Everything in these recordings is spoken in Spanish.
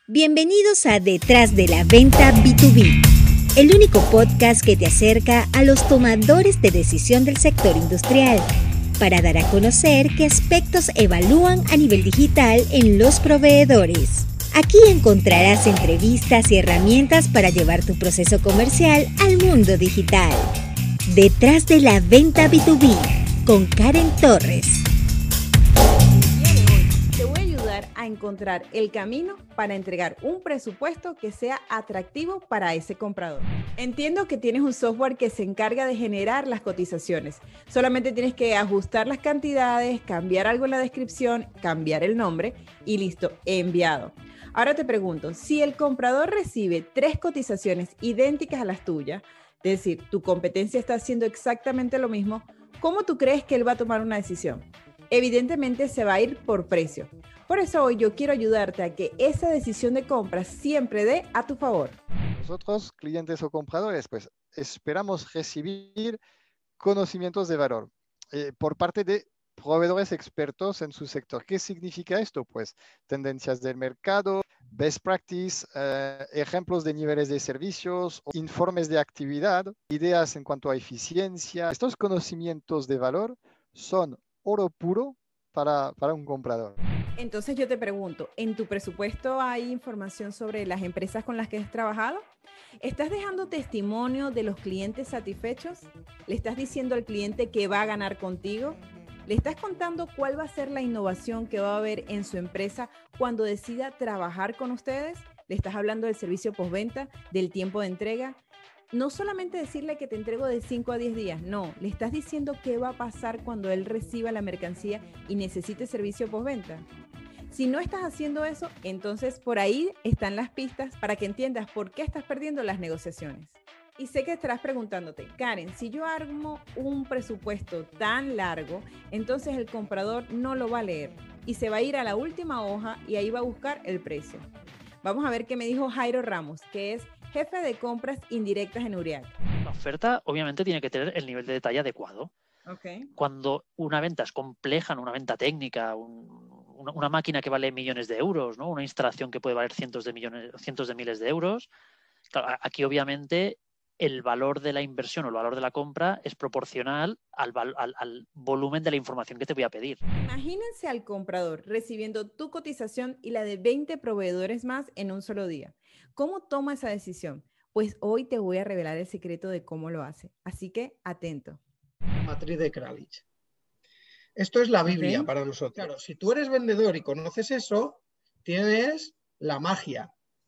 Bienvenidos a Detrás de la Venta B2B, el único podcast que te acerca a los tomadores de decisión del sector industrial, para dar a conocer qué aspectos evalúan a nivel digital en los proveedores. Aquí encontrarás entrevistas y herramientas para llevar tu proceso comercial al mundo digital. Detrás de la Venta B2B, con Karen Torres. Te voy a ayudar a encontrar el camino para entregar un presupuesto que sea atractivo para ese comprador. Entiendo que tienes un software que se encarga de generar las cotizaciones. Solamente tienes que ajustar las cantidades, cambiar algo en la descripción, cambiar el nombre y listo, enviado. Ahora te pregunto, si el comprador recibe 3 cotizaciones idénticas a las tuyas, es decir, tu competencia está haciendo exactamente lo mismo, ¿cómo tú crees que él va a tomar una decisión? Evidentemente se va a ir por precio. Por eso hoy yo quiero ayudarte a que esa decisión de compra siempre dé a tu favor. Nosotros, clientes o compradores, pues esperamos recibir conocimientos de valor por parte de proveedores expertos en su sector. ¿Qué significa esto? Pues tendencias del mercado, best practice, ejemplos de niveles de servicios, informes de actividad, ideas en cuanto a eficiencia. Estos conocimientos de valor son oro puro para un comprador. Entonces yo te pregunto, ¿en tu presupuesto hay información sobre las empresas con las que has trabajado? ¿Estás dejando testimonio de los clientes satisfechos? ¿Le estás diciendo al cliente que va a ganar contigo? ¿Le estás contando cuál va a ser la innovación que va a haber en su empresa cuando decida trabajar con ustedes? ¿Le estás hablando del servicio postventa, del tiempo de entrega? No solamente decirle que te entrego de 5 a 10 días, no, le estás diciendo qué va a pasar cuando él reciba la mercancía y necesite servicio postventa. Si no estás haciendo eso, entonces por ahí están las pistas para que entiendas por qué estás perdiendo las negociaciones. Y sé que estarás preguntándote, Karen, si yo armo un presupuesto tan largo, entonces el comprador no lo va a leer y se va a ir a la última hoja y ahí va a buscar el precio. Vamos a ver qué me dijo Jairo Ramos, que es jefe de compras indirectas en Uriac. La oferta obviamente tiene que tener el nivel de detalle adecuado. Okay. Cuando una venta es compleja, una venta técnica, una máquina que vale millones de euros, ¿no? Una instalación que puede valer cientos de miles de euros, claro, aquí obviamente el valor de la inversión o el valor de la compra es proporcional al volumen de la información que te voy a pedir. Imagínense al comprador recibiendo tu cotización y la de 20 proveedores más en un solo día. ¿Cómo toma esa decisión? Pues hoy te voy a revelar el secreto de cómo lo hace. Así que atento. Matriz de Kravitz. Esto es la Biblia para nosotros. Claro, si tú eres vendedor y conoces eso, tienes la magia.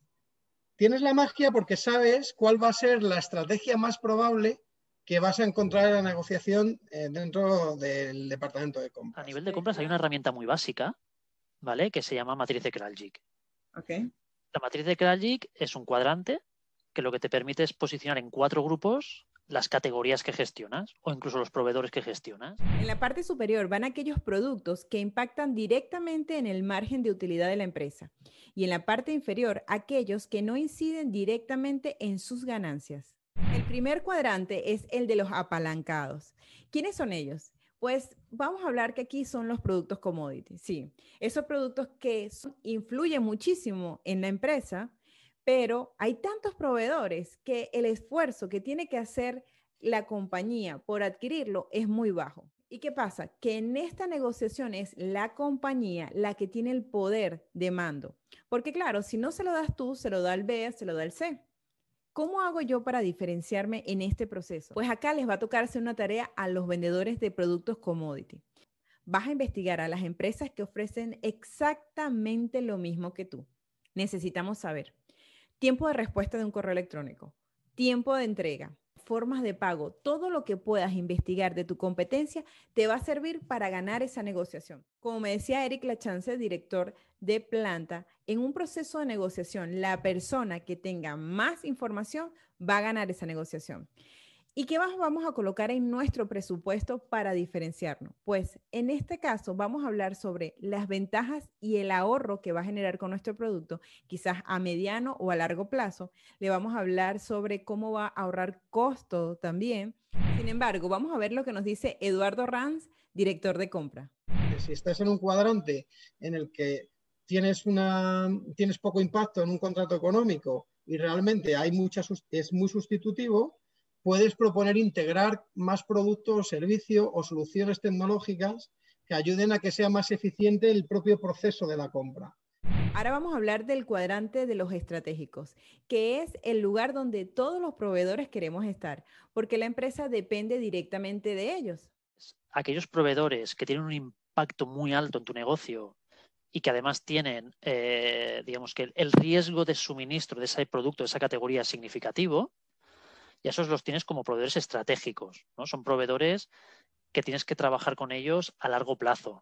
Tienes la magia porque sabes cuál va a ser la estrategia más probable que vas a encontrar en la negociación dentro del departamento de compras. A nivel de compras hay una herramienta muy básica, ¿vale? Que se llama matriz de Kraljic. Okay. La matriz de Kraljic es un cuadrante que lo que te permite es posicionar en 4 grupos las categorías que gestionas o incluso los proveedores que gestionas. En la parte superior van aquellos productos que impactan directamente en el margen de utilidad de la empresa y en la parte inferior aquellos que no inciden directamente en sus ganancias. El primer cuadrante es el de los apalancados. ¿Quiénes son ellos? Pues vamos a hablar que aquí son los productos commodity. Sí, esos productos que influyen muchísimo en la empresa, pero hay tantos proveedores que el esfuerzo que tiene que hacer la compañía por adquirirlo es muy bajo. ¿Y qué pasa? Que en esta negociación es la compañía la que tiene el poder de mando. Porque claro, si no se lo das tú, se lo da el B, se lo da el C. ¿Cómo hago yo para diferenciarme en este proceso? Pues acá les va a tocar hacer una tarea a los vendedores de productos commodity. Vas a investigar a las empresas que ofrecen exactamente lo mismo que tú. Necesitamos saber tiempo de respuesta de un correo electrónico, tiempo de entrega, formas de pago, todo lo que puedas investigar de tu competencia te va a servir para ganar esa negociación. Como me decía Eric Lachance, director de planta, en un proceso de negociación, la persona que tenga más información va a ganar esa negociación. ¿Y qué más vamos a colocar en nuestro presupuesto para diferenciarnos? Pues en este caso vamos a hablar sobre las ventajas y el ahorro que va a generar con nuestro producto, quizás a mediano o a largo plazo. Le vamos a hablar sobre cómo va a ahorrar costo también. Sin embargo, vamos a ver lo que nos dice Eduardo Ranz, director de compra. Si estás en un cuadrante en el que tienes poco impacto en un contrato económico y realmente es muy sustitutivo, puedes proponer integrar más productos o servicios o soluciones tecnológicas que ayuden a que sea más eficiente el propio proceso de la compra. Ahora vamos a hablar del cuadrante de los estratégicos, que es el lugar donde todos los proveedores queremos estar, porque la empresa depende directamente de ellos. Aquellos proveedores que tienen un impacto muy alto en tu negocio y que además tienen, digamos que el riesgo de suministro de ese producto, de esa categoría es significativo, y esos los tienes como proveedores estratégicos, ¿no? Son proveedores que tienes que trabajar con ellos a largo plazo,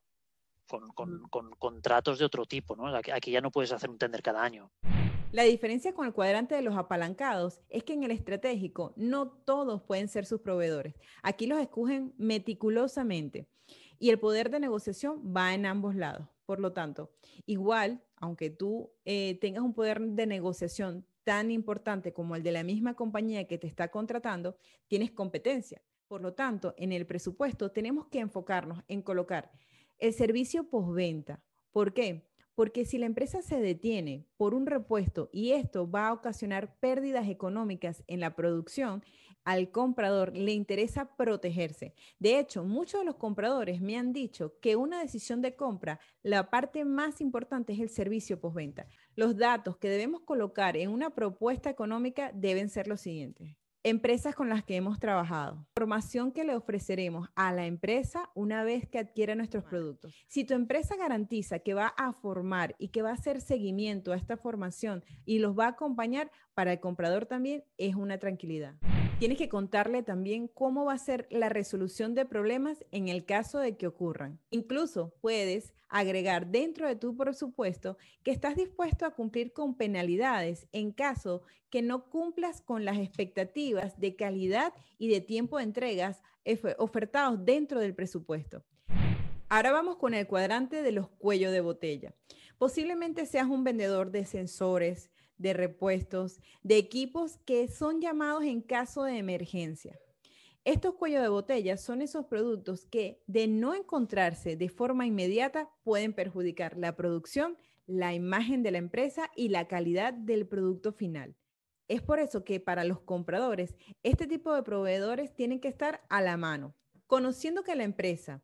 con contratos de otro tipo, ¿no? Aquí ya no puedes hacer un tender cada año. La diferencia con el cuadrante de los apalancados es que en el estratégico no todos pueden ser sus proveedores. Aquí los escogen meticulosamente y el poder de negociación va en ambos lados. Por lo tanto, igual, aunque tú tengas un poder de negociación tan importante como el de la misma compañía que te está contratando, tienes competencia. Por lo tanto, en el presupuesto tenemos que enfocarnos en colocar el servicio postventa. ¿Por qué? Porque si la empresa se detiene por un repuesto y esto va a ocasionar pérdidas económicas en la producción, al comprador le interesa protegerse. De hecho, muchos de los compradores me han dicho que una decisión de compra, la parte más importante es el servicio postventa. Los datos que debemos colocar en una propuesta económica deben ser los siguientes. Empresas con las que hemos trabajado. Formación que le ofreceremos a la empresa una vez que adquiera nuestros productos. Si tu empresa garantiza que va a formar y que va a hacer seguimiento a esta formación y los va a acompañar, para el comprador también es una tranquilidad. Tienes que contarle también cómo va a ser la resolución de problemas en el caso de que ocurran. Incluso puedes agregar dentro de tu presupuesto que estás dispuesto a cumplir con penalidades en caso que no cumplas con las expectativas de calidad y de tiempo de entregas ofertados dentro del presupuesto. Ahora vamos con el cuadrante de los cuellos de botella. Posiblemente seas un vendedor de sensores, de repuestos, de equipos que son llamados en caso de emergencia. Estos cuellos de botella son esos productos que, de no encontrarse de forma inmediata, pueden perjudicar la producción, la imagen de la empresa y la calidad del producto final. Es por eso que para los compradores, este tipo de proveedores tienen que estar a la mano. Conociendo que la empresa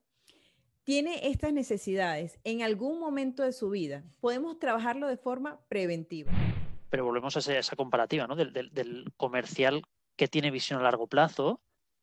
tiene estas necesidades en algún momento de su vida, podemos trabajarlo de forma preventiva. Pero volvemos a esa comparativa, ¿no? del comercial que tiene visión a largo plazo.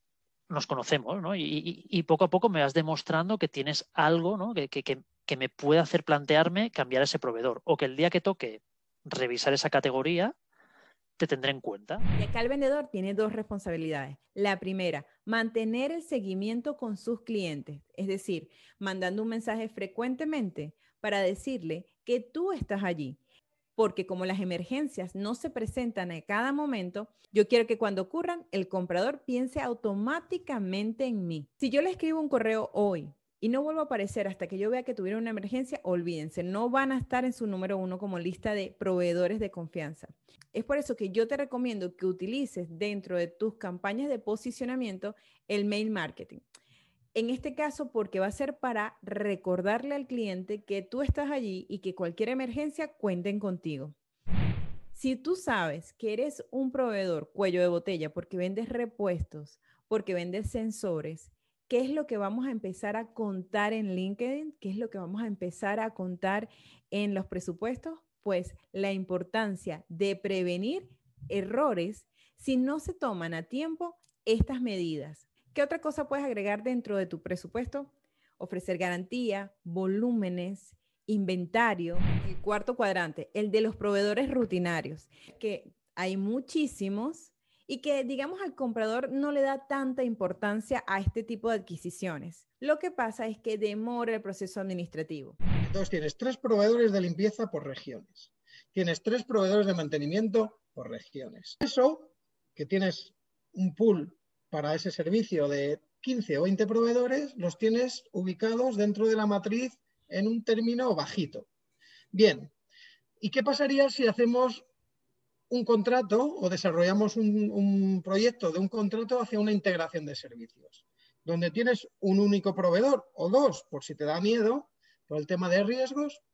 Nos conocemos, ¿no? Y poco a poco me vas demostrando que tienes algo, ¿no? que me puede hacer plantearme cambiar ese proveedor, o que el día que toque revisar esa categoría te tendré en cuenta. Y acá el vendedor tiene dos responsabilidades. La primera, mantener el seguimiento con sus clientes, es decir, mandando un mensaje frecuentemente para decirle que tú estás allí. Porque como las emergencias no se presentan a cada momento, yo quiero que cuando ocurran, el comprador piense automáticamente en mí. Si yo le escribo un correo hoy y no vuelvo a aparecer hasta que yo vea que tuvieron una emergencia, olvídense, no van a estar en su número 1 como lista de proveedores de confianza. Es por eso que yo te recomiendo que utilices dentro de tus campañas de posicionamiento el mail marketing. En este caso, porque va a ser para recordarle al cliente que tú estás allí y que cualquier emergencia cuenten contigo. Si tú sabes que eres un proveedor cuello de botella porque vendes repuestos, porque vendes sensores, ¿qué es lo que vamos a empezar a contar en LinkedIn? ¿Qué es lo que vamos a empezar a contar en los presupuestos? Pues la importancia de prevenir errores si no se toman a tiempo estas medidas. ¿Qué otra cosa puedes agregar dentro de tu presupuesto? Ofrecer garantía, volúmenes, inventario. El cuarto cuadrante, el de los proveedores rutinarios, que hay muchísimos y que, digamos, al comprador no le da tanta importancia a este tipo de adquisiciones. Lo que pasa es que demora el proceso administrativo. Entonces tienes 3 proveedores de limpieza por regiones. Tienes 3 proveedores de mantenimiento por regiones. Eso, que tienes un pool para ese servicio de 15 o 20 proveedores, los tienes ubicados dentro de la matriz en un término bajito. Bien, ¿y qué pasaría si hacemos un contrato o desarrollamos un proyecto de un contrato hacia una integración de servicios? Donde tienes un único proveedor o 2, por si te da miedo, por el tema de riesgos,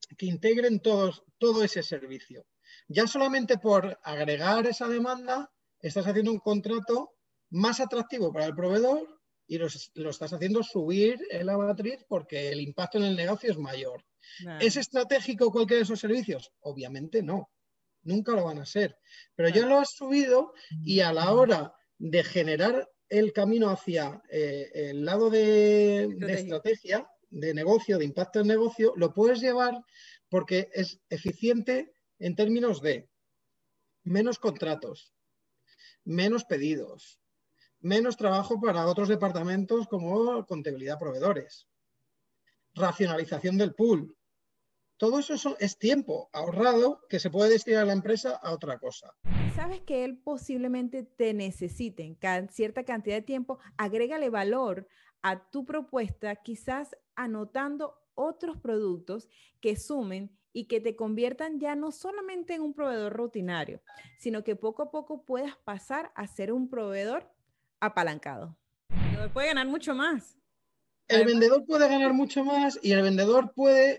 que integren todo ese servicio. Ya solamente por agregar esa demanda estás haciendo un contrato más atractivo para el proveedor y lo estás haciendo subir en la matriz porque el impacto en el negocio es mayor. Nah. ¿Es estratégico cualquiera de esos servicios? Obviamente no, nunca lo van a ser. Pero ya lo has subido y a la hora de generar el camino hacia el lado de estrategia, de negocio, de impacto en negocio, lo puedes llevar porque es eficiente en términos de menos contratos, menos pedidos, menos trabajo para otros departamentos como contabilidad proveedores, racionalización del pool. Todo eso es tiempo ahorrado que se puede destinar a la empresa a otra cosa. Sabes que él posiblemente te necesite en cierta cantidad de tiempo, agrégale valor a tu propuesta, quizás anotando otros productos que sumen y que te conviertan ya no solamente en un proveedor rutinario, sino que poco a poco puedas pasar a ser un proveedor apalancado. Puede ganar mucho más. El vendedor puede ganar mucho más y el vendedor puede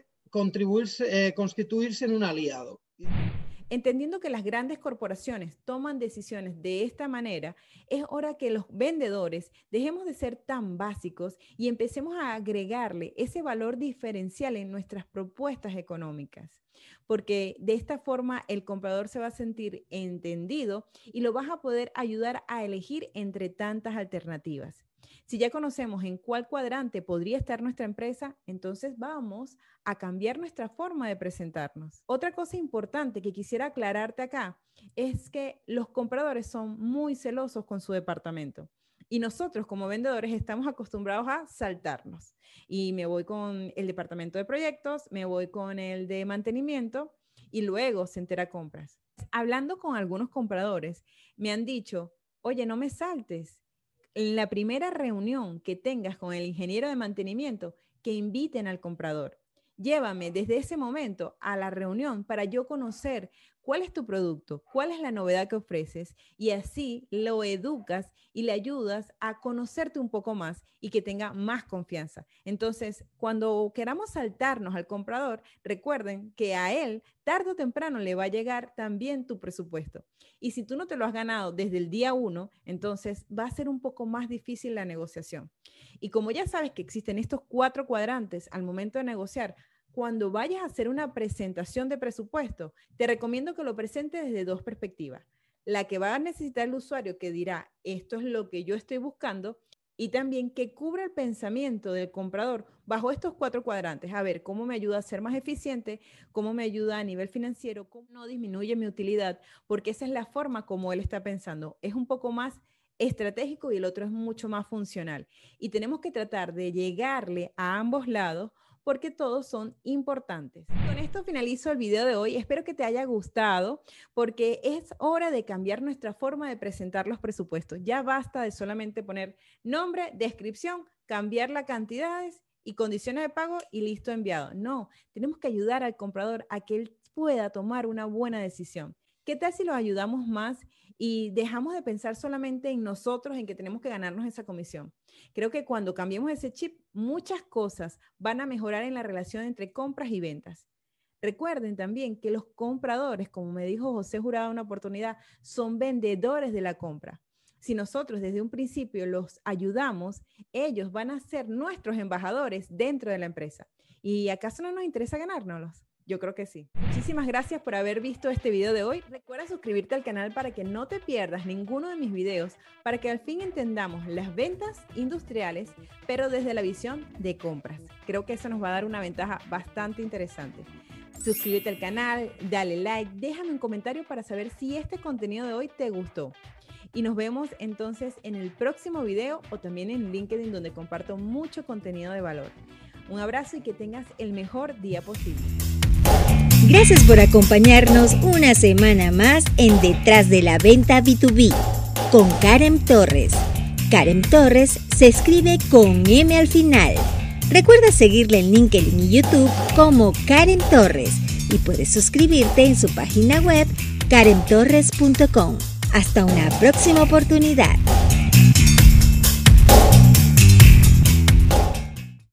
constituirse en un aliado. Entendiendo que las grandes corporaciones toman decisiones de esta manera, es hora que los vendedores dejemos de ser tan básicos y empecemos a agregarle ese valor diferencial en nuestras propuestas económicas. Porque de esta forma el comprador se va a sentir entendido y lo vas a poder ayudar a elegir entre tantas alternativas. Si ya conocemos en cuál cuadrante podría estar nuestra empresa, entonces vamos a cambiar nuestra forma de presentarnos. Otra cosa importante que quisiera aclararte acá es que los compradores son muy celosos con su departamento y nosotros como vendedores estamos acostumbrados a saltarnos. Y me voy con el departamento de proyectos, me voy con el de mantenimiento y luego se entera compras. Hablando con algunos compradores, me han dicho, oye, no me saltes. En la primera reunión que tengas con el ingeniero de mantenimiento, que inviten al comprador. Llévame desde ese momento a la reunión para yo conocer cuál es tu producto, cuál es la novedad que ofreces y así lo educas y le ayudas a conocerte un poco más y que tenga más confianza. Entonces, cuando queramos saltarnos al comprador, recuerden que a él tarde o temprano le va a llegar también tu presupuesto. Y si tú no te lo has ganado desde el día 1, entonces va a ser un poco más difícil la negociación. Y como ya sabes que existen estos 4 cuadrantes al momento de negociar, cuando vayas a hacer una presentación de presupuesto, te recomiendo que lo presentes desde 2 perspectivas. La que va a necesitar el usuario que dirá, esto es lo que yo estoy buscando, y también que cubra el pensamiento del comprador bajo estos 4 cuadrantes. A ver, ¿cómo me ayuda a ser más eficiente? ¿Cómo me ayuda a nivel financiero? ¿Cómo no disminuye mi utilidad? Porque esa es la forma como él está pensando. Es un poco más estratégico y el otro es mucho más funcional. Y tenemos que tratar de llegarle a ambos lados porque todos son importantes. Con esto finalizo el video de hoy. Espero que te haya gustado porque es hora de cambiar nuestra forma de presentar los presupuestos. Ya basta de solamente poner nombre, descripción, cambiar las cantidades y condiciones de pago y listo, enviado. No, tenemos que ayudar al comprador a que él pueda tomar una buena decisión. ¿Qué tal si los ayudamos más y dejamos de pensar solamente en nosotros, en que tenemos que ganarnos esa comisión? Creo que cuando cambiemos ese chip, muchas cosas van a mejorar en la relación entre compras y ventas. Recuerden también que los compradores, como me dijo José Jurado en una oportunidad, son vendedores de la compra. Si nosotros desde un principio los ayudamos, ellos van a ser nuestros embajadores dentro de la empresa. ¿Y acaso no nos interesa ganárnoslos? Yo creo que sí. Muchísimas gracias por haber visto este video de hoy. Recuerda suscribirte al canal para que no te pierdas ninguno de mis videos, para que al fin entendamos las ventas industriales, pero desde la visión de compras. Creo que eso nos va a dar una ventaja bastante interesante. Suscríbete al canal, dale like, déjame un comentario para saber si este contenido de hoy te gustó. Y nos vemos entonces en el próximo video o también en LinkedIn, donde comparto mucho contenido de valor. Un abrazo y que tengas el mejor día posible. Gracias por acompañarnos una semana más en Detrás de la Venta B2B con Karen Torres. Karen Torres se escribe con M al final. Recuerda seguirla en LinkedIn y YouTube como Karen Torres y puedes suscribirte en su página web karentorres.com. Hasta una próxima oportunidad.